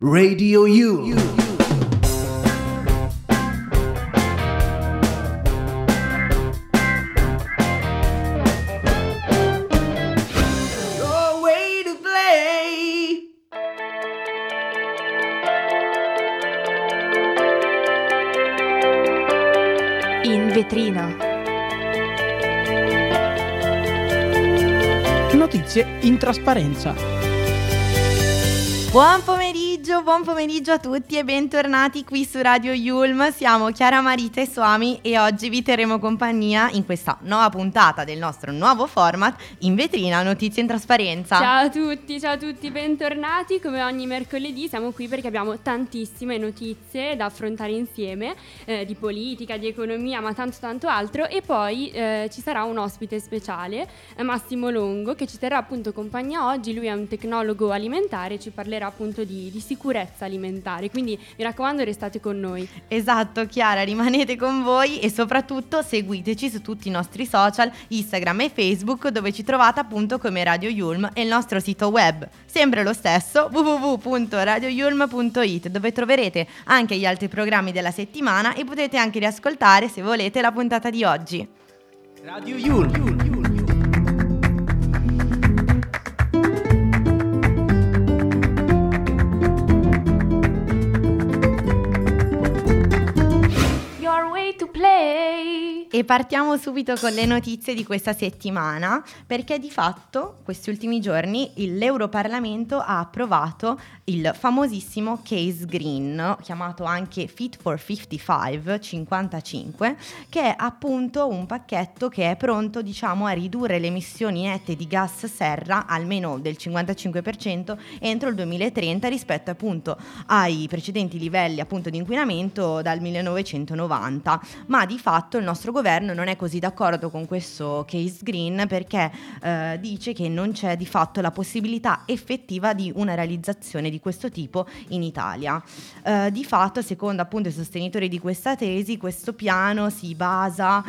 Radio U. In vetrina. Notizie in trasparenza. Buon pomeriggio a tutti e bentornati qui su Radio Yulm. Siamo Chiara Marita e Suami e oggi vi terremo compagnia in questa nuova puntata del nostro nuovo format In vetrina, notizie in trasparenza. Ciao a tutti, bentornati. Come ogni mercoledì siamo qui perché abbiamo tantissime notizie da affrontare insieme, di politica, di economia, ma tanto altro. E poi ci sarà un ospite speciale, Massimo Longo, che ci terrà appunto compagnia oggi. Lui è un tecnologo alimentare e ci parlerà appunto di sicurezza alimentare, quindi mi raccomando restate con noi. Esatto Chiara, rimanete con voi e soprattutto seguiteci su tutti i nostri social, Instagram e Facebook, dove ci trovate appunto come Radio Yulm, e il nostro sito web, sempre lo stesso, www.radioyulm.it, dove troverete anche gli altri programmi della settimana e potete anche riascoltare, se volete, la puntata di oggi. Radio Yulm. E partiamo subito con le notizie di questa settimana, perché di fatto questi ultimi giorni l'Europarlamento ha approvato il famosissimo Case Green, chiamato anche Fit for 55, che è appunto un pacchetto che è pronto, diciamo, a ridurre le emissioni nette di gas serra almeno del 55% entro il 2030 rispetto appunto ai precedenti livelli appunto di inquinamento dal 1990. Ma di fatto il nostro governo non è così d'accordo con questo Case Green, perché dice che non c'è di fatto la possibilità effettiva di una realizzazione di questo tipo in Italia. Di fatto, secondo appunto i sostenitori di questa tesi, questo piano si basa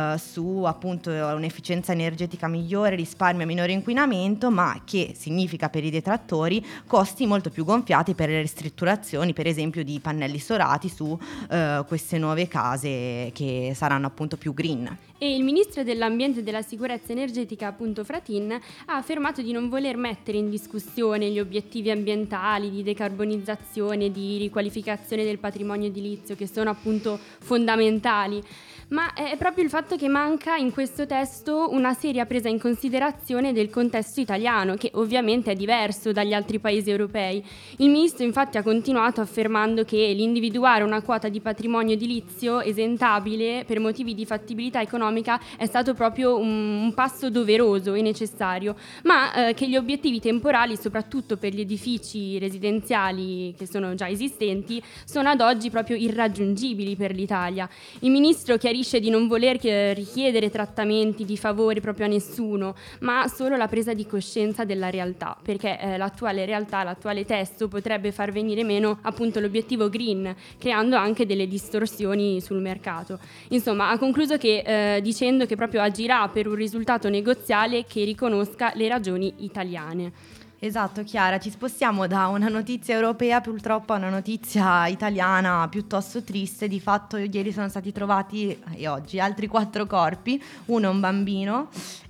su appunto un'efficienza energetica migliore, risparmio e minore inquinamento, ma che significa per i detrattori costi molto più gonfiati per le ristrutturazioni, per esempio di pannelli solari su queste nuove case che saranno appunto più green. E il ministro dell'ambiente e della sicurezza energetica, appunto Fratin, ha affermato di non voler mettere in discussione gli obiettivi ambientali di decarbonizzazione, di riqualificazione del patrimonio edilizio, che sono appunto fondamentali. Ma è proprio il fatto che manca in questo testo una seria presa in considerazione del contesto italiano, che ovviamente è diverso dagli altri paesi europei. Il ministro infatti ha continuato affermando che l'individuare una quota di patrimonio edilizio esentabile per motivi di fattibilità economica è stato proprio un passo doveroso e necessario, ma che gli obiettivi temporali, soprattutto per gli edifici residenziali che sono già esistenti, sono ad oggi proprio irraggiungibili per l'Italia. Il ministro chiarisce di non voler richiedere trattamenti di favori proprio a nessuno, ma solo la presa di coscienza della realtà, perché l'attuale realtà, l'attuale testo potrebbe far venire meno appunto l'obiettivo green, creando anche delle distorsioni sul mercato. Insomma, ha concluso che dicendo che proprio agirà per un risultato negoziale che riconosca le ragioni italiane. Esatto Chiara, ci spostiamo da una notizia europea purtroppo a una notizia italiana piuttosto triste. Di fatto ieri sono stati trovati, e oggi, altri 4 corpi, uno è un bambino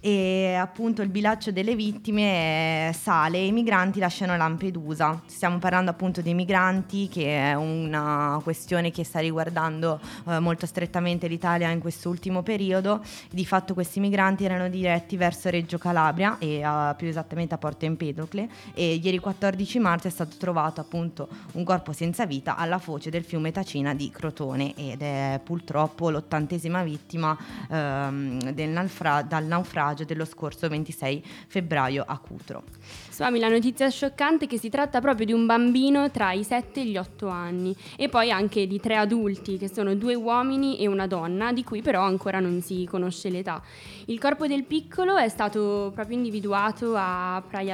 e appunto il bilancio delle vittime sale e i migranti lasciano Lampedusa. Stiamo parlando appunto dei migranti, che è una questione che sta riguardando molto strettamente l'Italia in questo ultimo periodo. Di fatto questi migranti erano diretti verso Reggio Calabria e più esattamente a Porto Empedocle, e ieri 14 marzo è stato trovato appunto un corpo senza vita alla foce del fiume Tacina di Crotone, ed è purtroppo l'80ª vittima dal naufragio dello scorso 26 febbraio a Cutro. Suami, la notizia scioccante è che si tratta proprio di un bambino tra i 7 e gli 8 anni, e poi anche di 3 adulti, che sono 2 uomini e una donna, di cui però ancora non si conosce l'età. Il corpo del piccolo è stato proprio individuato a Praia Longa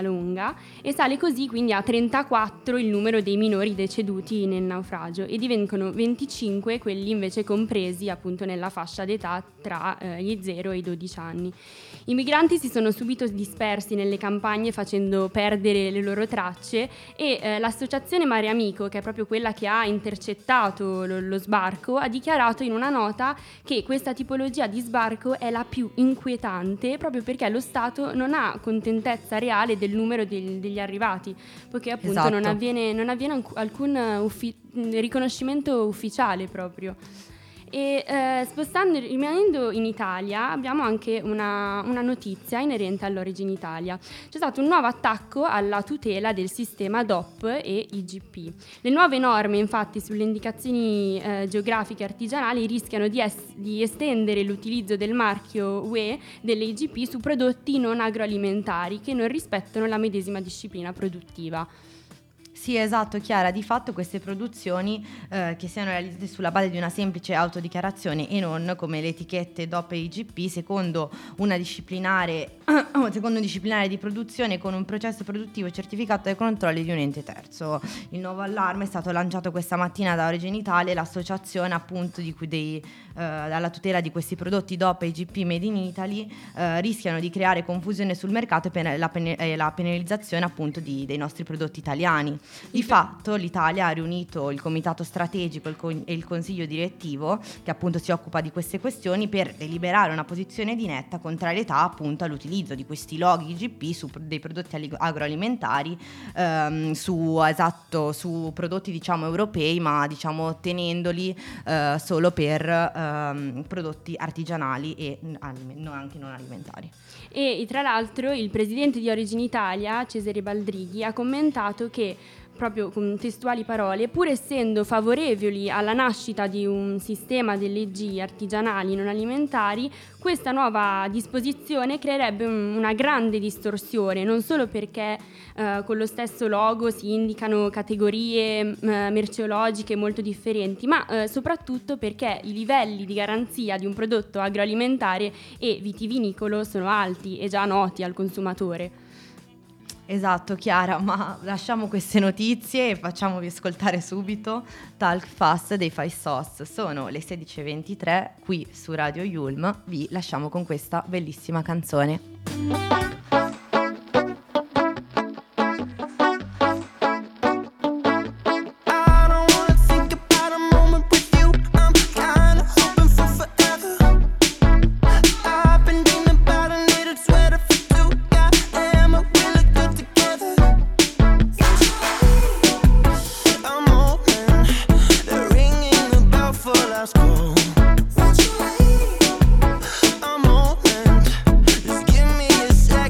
Italia e sale così quindi a 34 il numero dei minori deceduti nel naufragio e diventano 25 quelli invece compresi appunto nella fascia d'età tra gli 0 e i 12 anni. I migranti si sono subito dispersi nelle campagne facendo perdere le loro tracce e l'associazione Mare Amico, che è proprio quella che ha intercettato lo sbarco, ha dichiarato in una nota che questa tipologia di sbarco è la più inquietante proprio perché lo Stato non ha contezza reale del numero degli arrivati, poiché appunto Esatto. non avviene alcun riconoscimento ufficiale proprio. E rimanendo in Italia abbiamo anche una notizia inerente all'Origin Italia. C'è stato un nuovo attacco alla tutela del sistema DOP e IGP. Le nuove norme infatti sulle indicazioni geografiche artigianali rischiano di estendere l'utilizzo del marchio UE delle IGP su prodotti non agroalimentari che non rispettano la medesima disciplina produttiva. Sì, esatto, Chiara, di fatto queste produzioni che siano realizzate sulla base di una semplice autodichiarazione e non come le etichette DOP e IGP secondo un disciplinare di produzione con un processo produttivo certificato dai controlli di un ente terzo. Il nuovo allarme è stato lanciato questa mattina da Origin Italia, l'associazione appunto alla tutela di questi prodotti DOP e IGP Made in Italy rischiano di creare confusione sul mercato e la penalizzazione appunto dei nostri prodotti italiani. Di fatto l'Italia ha riunito il comitato strategico e il consiglio direttivo che appunto si occupa di queste questioni per deliberare una posizione di netta contrarietà appunto all'utilizzo di questi loghi IGP su dei prodotti agroalimentari su prodotti diciamo europei, ma diciamo tenendoli solo per prodotti artigianali e anche non alimentari. E tra l'altro il presidente di Origin Italia, Cesare Baldrighi, ha commentato che proprio con testuali parole, pur essendo favorevoli alla nascita di un sistema delle leggi artigianali non alimentari, questa nuova disposizione creerebbe una grande distorsione, non solo perché con lo stesso logo si indicano categorie merceologiche molto differenti, ma soprattutto perché i livelli di garanzia di un prodotto agroalimentare e vitivinicolo sono alti e già noti al consumatore. Esatto, Chiara, ma lasciamo queste notizie e facciamovi ascoltare subito Talk Fast dei Five Sauce. Sono le 16:23 qui su Radio Yulm, vi lasciamo con questa bellissima canzone. Just give me a sec.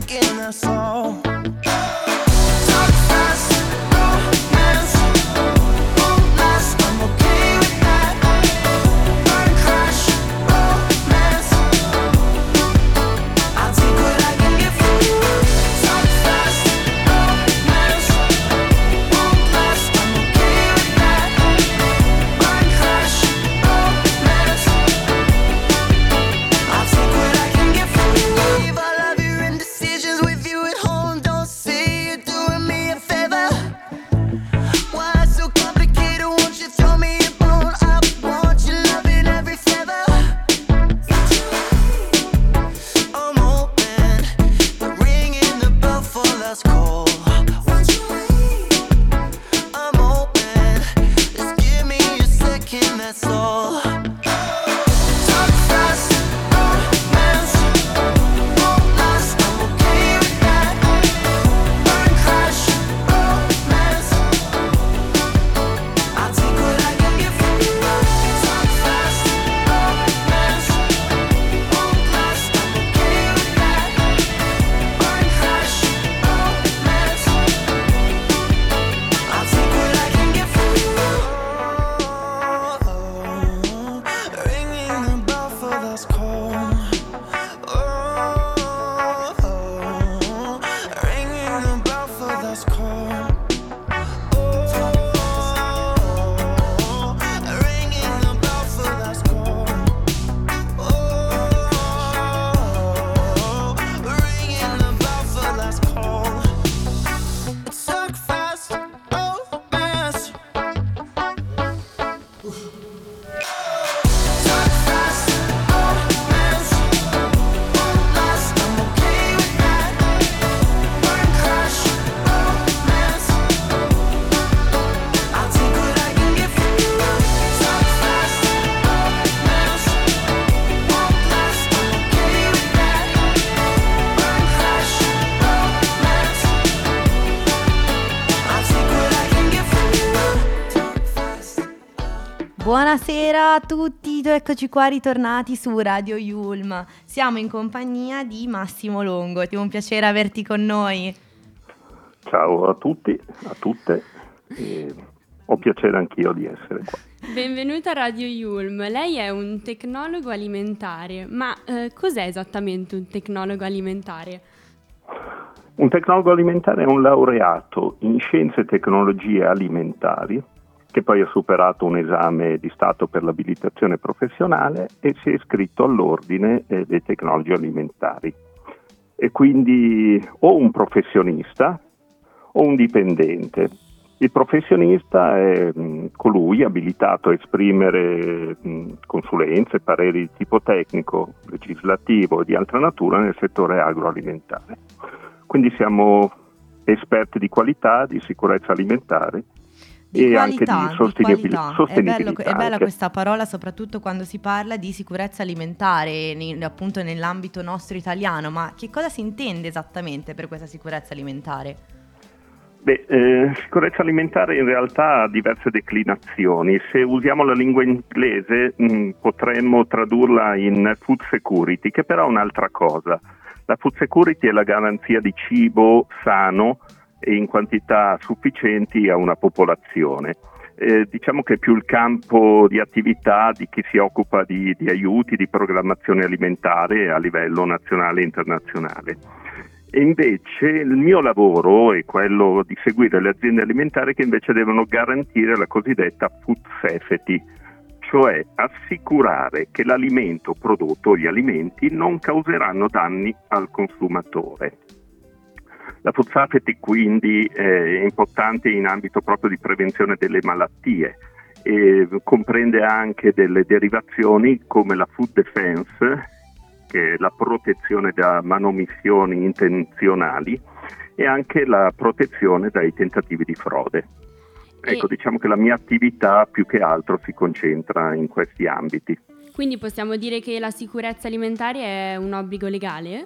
Buonasera a tutti, eccoci qua ritornati su Radio Yulm. Siamo in compagnia di Massimo Longo, è un piacere averti con noi. Ciao a tutti, a tutte, ho piacere anch'io di essere qua. Benvenuta a Radio Yulm. Lei è un tecnologo alimentare, ma cos'è esattamente un tecnologo alimentare? Un tecnologo alimentare è un laureato in scienze e tecnologie alimentari che poi ha superato un esame di Stato per l'abilitazione professionale e si è iscritto all'ordine dei tecnologi alimentari. E quindi o un professionista o un dipendente. Il professionista è colui abilitato a esprimere consulenze, pareri di tipo tecnico, legislativo e di altra natura nel settore agroalimentare. Quindi siamo esperti di qualità, di sicurezza alimentare e anche di sostenibilità. È bella questa parola, soprattutto quando si parla di sicurezza alimentare, appunto nell'ambito nostro italiano. Ma che cosa si intende esattamente per questa sicurezza alimentare? Sicurezza alimentare in realtà ha diverse declinazioni. Se usiamo la lingua inglese potremmo tradurla in food security, che però è un'altra cosa. La food security è la garanzia di cibo sano e in quantità sufficienti a una popolazione. Diciamo che è più il campo di attività di chi si occupa di aiuti, di programmazione alimentare a livello nazionale e internazionale. E invece il mio lavoro è quello di seguire le aziende alimentari che invece devono garantire la cosiddetta food safety, cioè assicurare che l'alimento prodotto o gli alimenti non causeranno danni al consumatore. La food safety quindi è importante in ambito proprio di prevenzione delle malattie e comprende anche delle derivazioni come la food defense, che è la protezione da manomissioni intenzionali, e anche la protezione dai tentativi di frode. Ecco, diciamo che la mia attività più che altro si concentra in questi ambiti. Quindi possiamo dire che la sicurezza alimentare è un obbligo legale?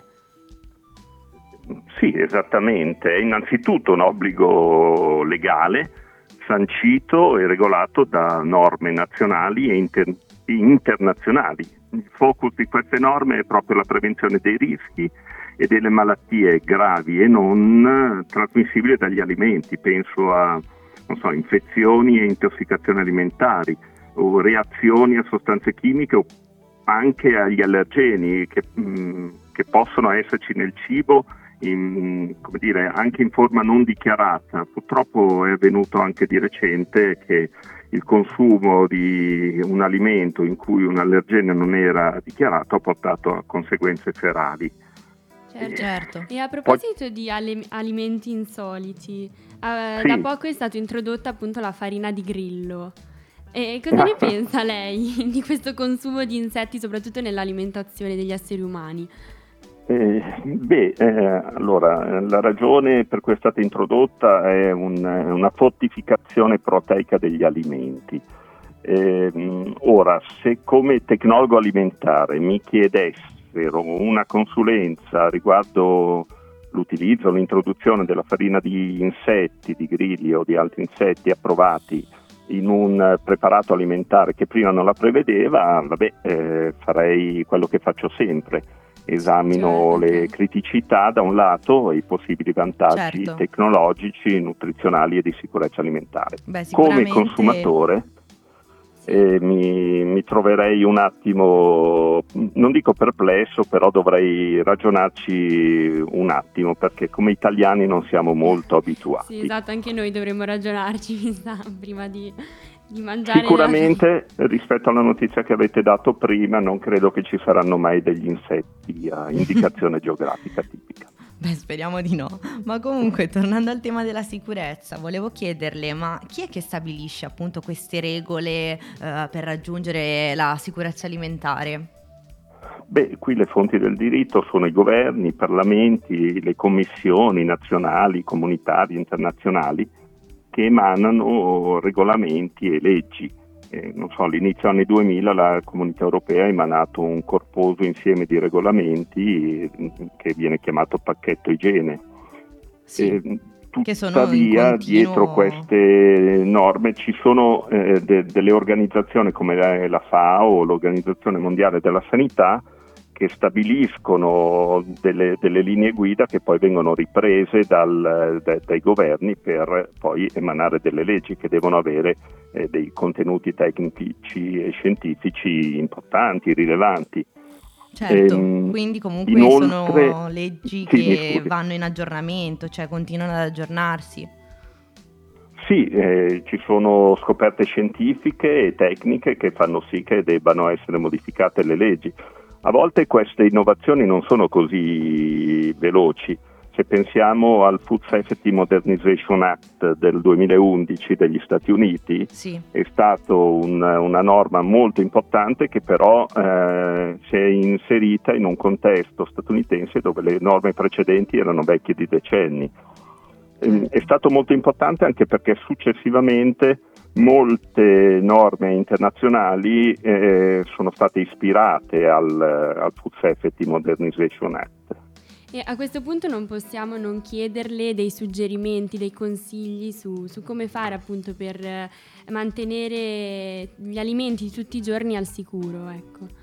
Sì, esattamente. È innanzitutto un obbligo legale, sancito e regolato da norme nazionali e internazionali. Il focus di queste norme è proprio la prevenzione dei rischi e delle malattie gravi e non trasmissibili dagli alimenti. Penso a infezioni e intossicazioni alimentari o reazioni a sostanze chimiche o anche agli allergeni che possono esserci nel cibo anche in forma non dichiarata. Purtroppo è avvenuto anche di recente che il consumo di un alimento in cui un allergene non era dichiarato ha portato a conseguenze serali. Certo. E a proposito di alimenti insoliti, sì. Da poco è stata introdotta appunto la farina di grillo. E cosa ne pensa lei di questo consumo di insetti, soprattutto nell'alimentazione degli esseri umani? Allora, la ragione per cui è stata introdotta è una fortificazione proteica degli alimenti. Ora, se come tecnologo alimentare mi chiedessero una consulenza riguardo l'utilizzo, l'introduzione della farina di insetti, di grilli o di altri insetti approvati in un preparato alimentare che prima non la prevedeva, farei quello che faccio sempre. Esamino le criticità da un lato e i possibili vantaggi tecnologici, nutrizionali e di sicurezza alimentare. Come consumatore mi troverei un attimo, non dico perplesso, però dovrei ragionarci un attimo, perché come italiani non siamo molto abituati. Sì, esatto, anche noi dovremmo ragionarci, mi sa, prima di mangiare. Sicuramente rispetto alla notizia che avete dato prima non credo che ci saranno mai degli insetti a indicazione geografica tipica. Speriamo di no. Ma comunque, tornando al tema della sicurezza, volevo chiederle, ma chi è che stabilisce appunto queste regole per raggiungere la sicurezza alimentare? Qui le fonti del diritto sono i governi, i parlamenti, le commissioni nazionali, comunitarie, internazionali, che emanano regolamenti e leggi. All'inizio anni 2000 la Comunità Europea ha emanato un corposo insieme di regolamenti che viene chiamato pacchetto igiene. Sì. che sono in Tuttavia, continuo... dietro queste norme ci sono delle organizzazioni come la FAO, l'Organizzazione Mondiale della Sanità, che stabiliscono delle linee guida che poi vengono riprese dai governi per poi emanare delle leggi che devono avere dei contenuti tecnici e scientifici importanti, rilevanti. Certo, quindi comunque Inoltre, sono leggi sì, che vanno in aggiornamento, cioè continuano ad aggiornarsi. Sì, ci sono scoperte scientifiche e tecniche che fanno sì che debbano essere modificate le leggi. A volte queste innovazioni non sono così veloci. Se pensiamo al Food Safety Modernization Act del 2011 degli Stati Uniti, Sì. è stata una norma molto importante che però si è inserita in un contesto statunitense dove le norme precedenti erano vecchie di decenni. È stato molto importante anche perché successivamente molte norme internazionali sono state ispirate al Food Safety Modernization Act. E a questo punto non possiamo non chiederle dei suggerimenti, dei consigli su come fare appunto per mantenere gli alimenti tutti i giorni al sicuro, ecco.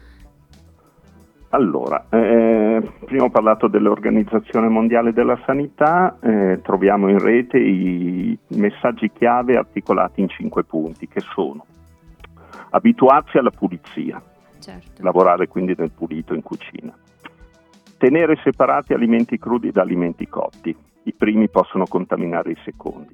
Allora, prima ho parlato dell'Organizzazione Mondiale della Sanità, troviamo in rete i messaggi chiave articolati in 5 punti, che sono: abituarsi alla pulizia, Certo. lavorare quindi nel pulito in cucina, tenere separati alimenti crudi da alimenti cotti, i primi possono contaminare i secondi.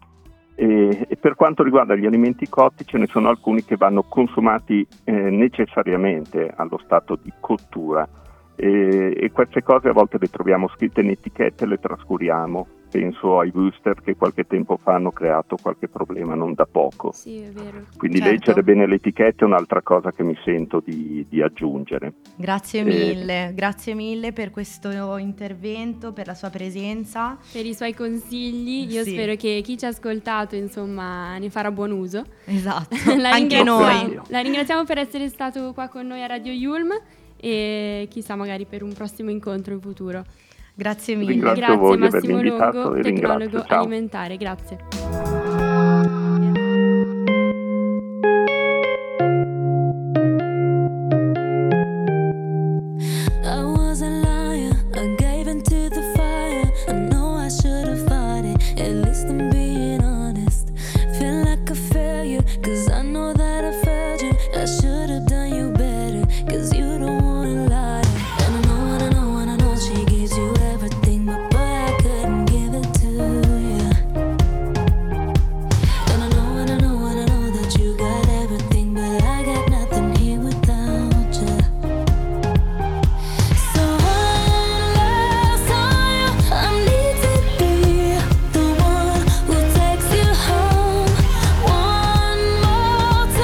E per quanto riguarda gli alimenti cotti, ce ne sono alcuni che vanno consumati necessariamente allo stato di cottura, e queste cose a volte le troviamo scritte in etichette e le trascuriamo. Penso ai booster che qualche tempo fa hanno creato qualche problema non da poco. Sì, è vero. Quindi Certo. leggere bene le etichette è un'altra cosa che mi sento di aggiungere. Grazie mille per questo intervento, per la sua presenza. Per i suoi consigli, io Sì. spero che chi ci ha ascoltato insomma ne farà buon uso. Esatto, La anche ringraziamo- noi. La ringraziamo per essere stato qua con noi a Radio Yulm e chissà magari per un prossimo incontro in futuro. Grazie mille. Ringrazio voi di avermi Massimo invitato Longo, e ringrazio, tecnologo ciao. alimentare, grazie. I was a liar, I gave into the fire. I know I should have fought it, at least I'm being honest. Feel like a failure, cause I know that I failed you. I should have done you better, cause you don't wanna lie. And I know she gives you everything, but boy, I couldn't give it to you. And I know that you got everything, but I got nothing here without you. So one last time, I need to be the one who takes you home. One more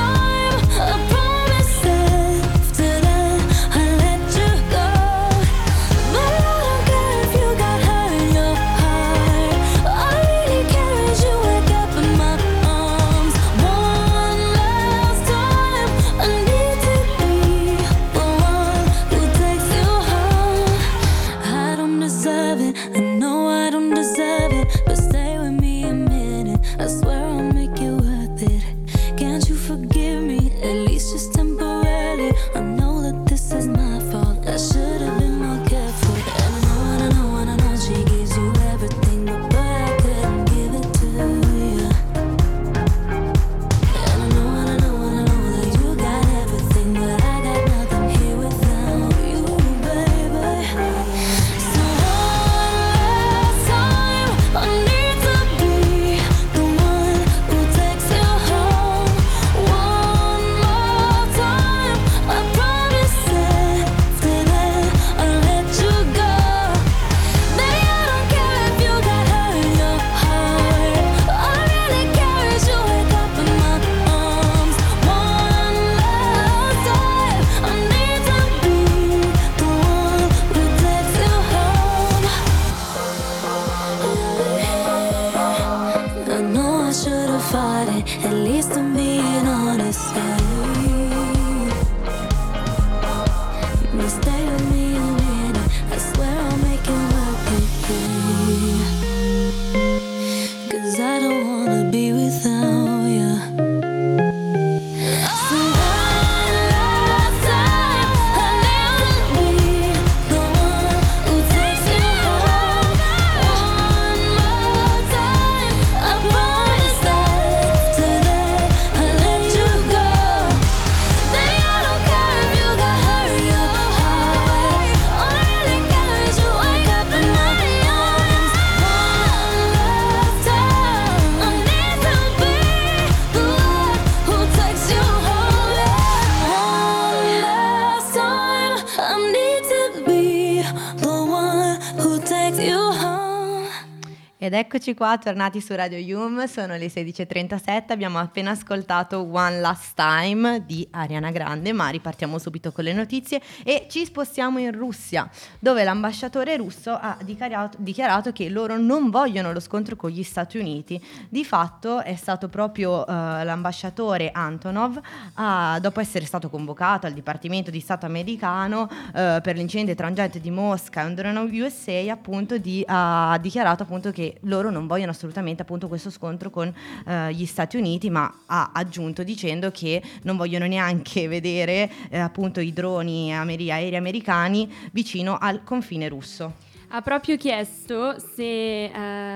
Ed eccoci qua, tornati su Radio Yum, sono le 16:37, abbiamo appena ascoltato One Last Time di Ariana Grande, ma ripartiamo subito con le notizie e ci spostiamo in Russia, dove l'ambasciatore russo ha dichiarato che loro non vogliono lo scontro con gli Stati Uniti. Di fatto è stato proprio l'ambasciatore Antonov, dopo essere stato convocato al Dipartimento di Stato americano per l'incidente tra un jet di Mosca e un drone USA, appunto ha dichiarato appunto che loro non vogliono assolutamente appunto questo scontro con gli Stati Uniti, ma ha aggiunto dicendo che non vogliono neanche vedere appunto i droni aerei americani vicino al confine russo. Ha proprio chiesto se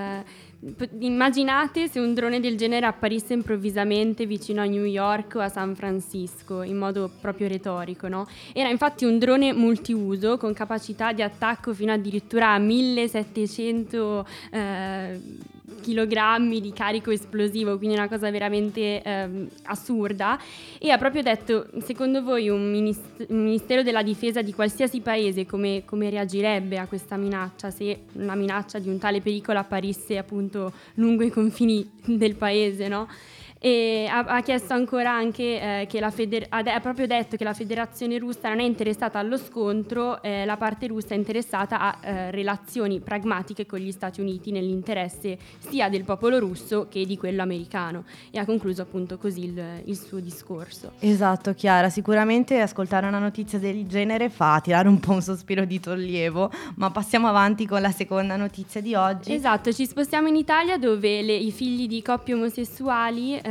immaginate se un drone del genere apparisse improvvisamente vicino a New York o a San Francisco, in modo proprio retorico, no? Era infatti un drone multiuso con capacità di attacco fino addirittura a 1700 chilogrammi di carico esplosivo, quindi una cosa veramente assurda, e ha proprio detto: secondo voi un Ministero della Difesa di qualsiasi paese come reagirebbe a questa minaccia, se una minaccia di un tale pericolo apparisse appunto lungo i confini del paese, no? E ha chiesto ancora anche che ha proprio detto che la Federazione Russa non è interessata allo scontro, la parte russa è interessata a relazioni pragmatiche con gli Stati Uniti nell'interesse sia del popolo russo che di quello americano, e ha concluso appunto così il suo discorso. Esatto, Chiara, sicuramente ascoltare una notizia del genere fa tirare un po' un sospiro di sollievo, ma passiamo avanti con la seconda notizia di oggi. Esatto, ci spostiamo in Italia, dove i figli di coppie omosessuali,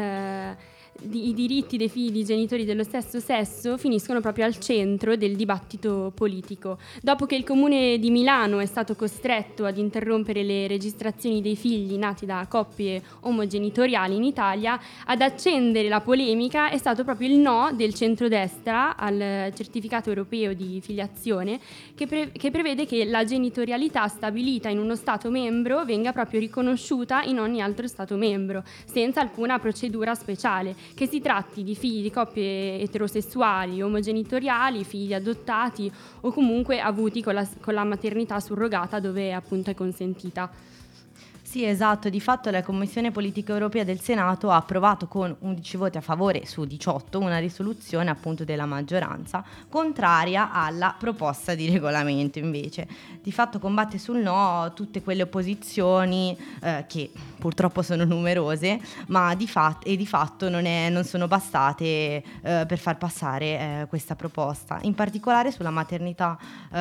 i diritti dei figli di genitori dello stesso sesso finiscono proprio al centro del dibattito politico. Dopo che il Comune di Milano è stato costretto ad interrompere le registrazioni dei figli nati da coppie omogenitoriali in Italia, ad accendere la polemica è stato proprio il no del centrodestra al certificato europeo di filiazione, che prevede che la genitorialità stabilita in uno Stato membro venga proprio riconosciuta in ogni altro Stato membro, senza alcuna procedura speciale, che si tratti di figli di coppie eterosessuali, omogenitoriali, figli adottati o comunque avuti con la maternità surrogata, dove appunto è consentita. Sì, esatto, di fatto la Commissione Politica Europea del Senato ha approvato con 11 voti a favore su 18 una risoluzione appunto della maggioranza contraria alla proposta di regolamento. Invece di fatto combatte sul no tutte quelle opposizioni che purtroppo sono numerose, ma di fatto non sono bastate per far passare questa proposta. In particolare sulla maternità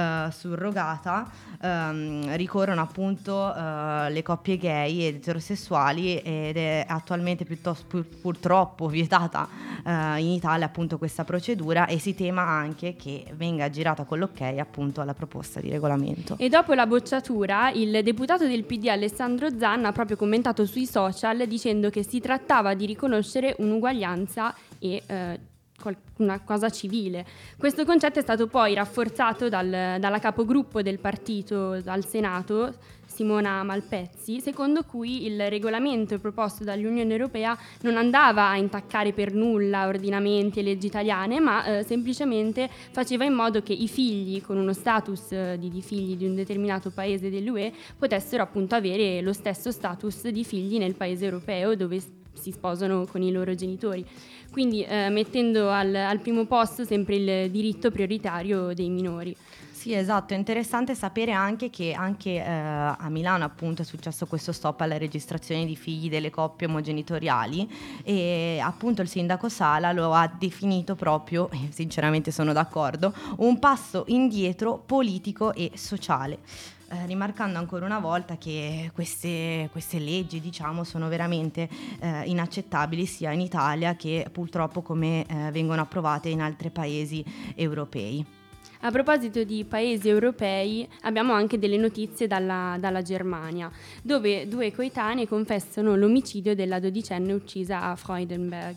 surrogata ricorrono appunto le coppie gay ed eterosessuali, ed è attualmente purtroppo vietata in Italia appunto questa procedura, e si tema anche che venga girata con l'ok appunto alla proposta di regolamento. E dopo la bocciatura, il deputato del PD Alessandro Zanna ha proprio commentato sui social dicendo che si trattava di riconoscere un'uguaglianza e una cosa civile. Questo concetto è stato poi rafforzato dalla capogruppo del partito al Senato, Simona Malpezzi, secondo cui il regolamento proposto dall'Unione Europea non andava a intaccare per nulla ordinamenti e leggi italiane, ma semplicemente faceva in modo che i figli con uno status di figli di un determinato paese dell'UE potessero appunto avere lo stesso status di figli nel paese europeo dove si sposano con i loro genitori, quindi mettendo al primo posto sempre il diritto prioritario dei minori. Sì, esatto, è interessante sapere anche che anche a Milano appunto è successo questo stop alla registrazione di figli delle coppie omogenitoriali, e appunto il sindaco Sala lo ha definito proprio, e sinceramente sono d'accordo, un passo indietro politico e sociale. Rimarcando ancora una volta che queste leggi, diciamo, sono veramente inaccettabili sia in Italia che purtroppo come vengono approvate in altri paesi europei. A proposito di paesi europei, abbiamo anche delle notizie dalla Germania, dove 2 coetanei confessano l'omicidio della 12enne uccisa a Freudenberg.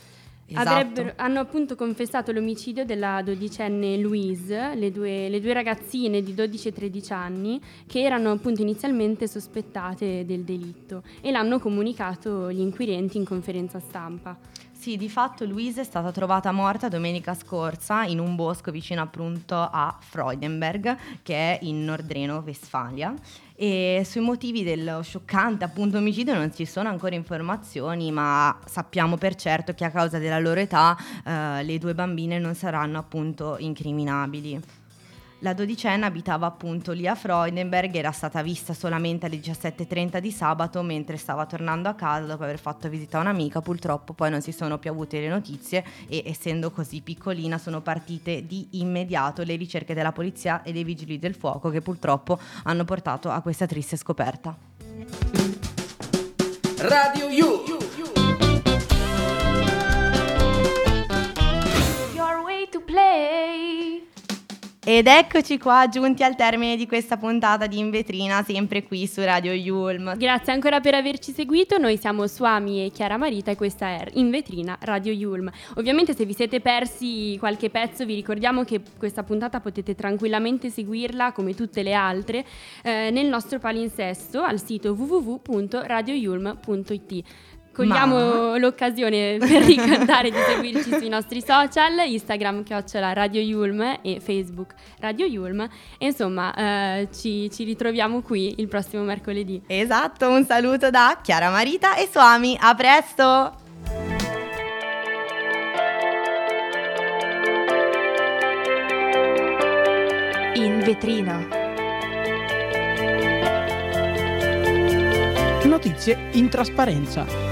Esatto. Hanno appunto confessato l'omicidio della 12enne Louise, le due ragazzine di 12 e 13 anni, che erano appunto inizialmente sospettate del delitto, e l'hanno comunicato gli inquirenti in conferenza stampa. Sì, di fatto Luisa è stata trovata morta domenica scorsa in un bosco vicino appunto a Freudenberg, che è in Nordreno-Westfalia. E sui motivi dello scioccante appunto omicidio non ci sono ancora informazioni, ma sappiamo per certo che a causa della loro età le 2 bambine non saranno appunto incriminabili. La dodicenne abitava appunto lì a Freudenberg, era stata vista solamente alle 17:30 di sabato mentre stava tornando a casa dopo aver fatto visita a un'amica. Purtroppo poi non si sono più avute le notizie e essendo così piccolina sono partite di immediato le ricerche della polizia e dei vigili del fuoco, che purtroppo hanno portato a questa triste scoperta. Radio You. Your way to play. Ed eccoci qua giunti al termine di questa puntata di In Vetrina, sempre qui su Radio Yulm. Grazie ancora per averci seguito, noi siamo Suami e Chiara Marita e questa è In Vetrina Radio Yulm. Ovviamente se vi siete persi qualche pezzo vi ricordiamo che questa puntata potete tranquillamente seguirla come tutte le altre nel nostro palinsesto al sito www.radioyulm.it. Cogliamo l'occasione per ricordare di seguirci sui nostri social, Instagram @Radio Yulm e Facebook Radio Yulm. E insomma ci ritroviamo qui il prossimo mercoledì. Esatto, un saluto da Chiara Marita e Suami, a presto! In vetrina. Notizie in trasparenza.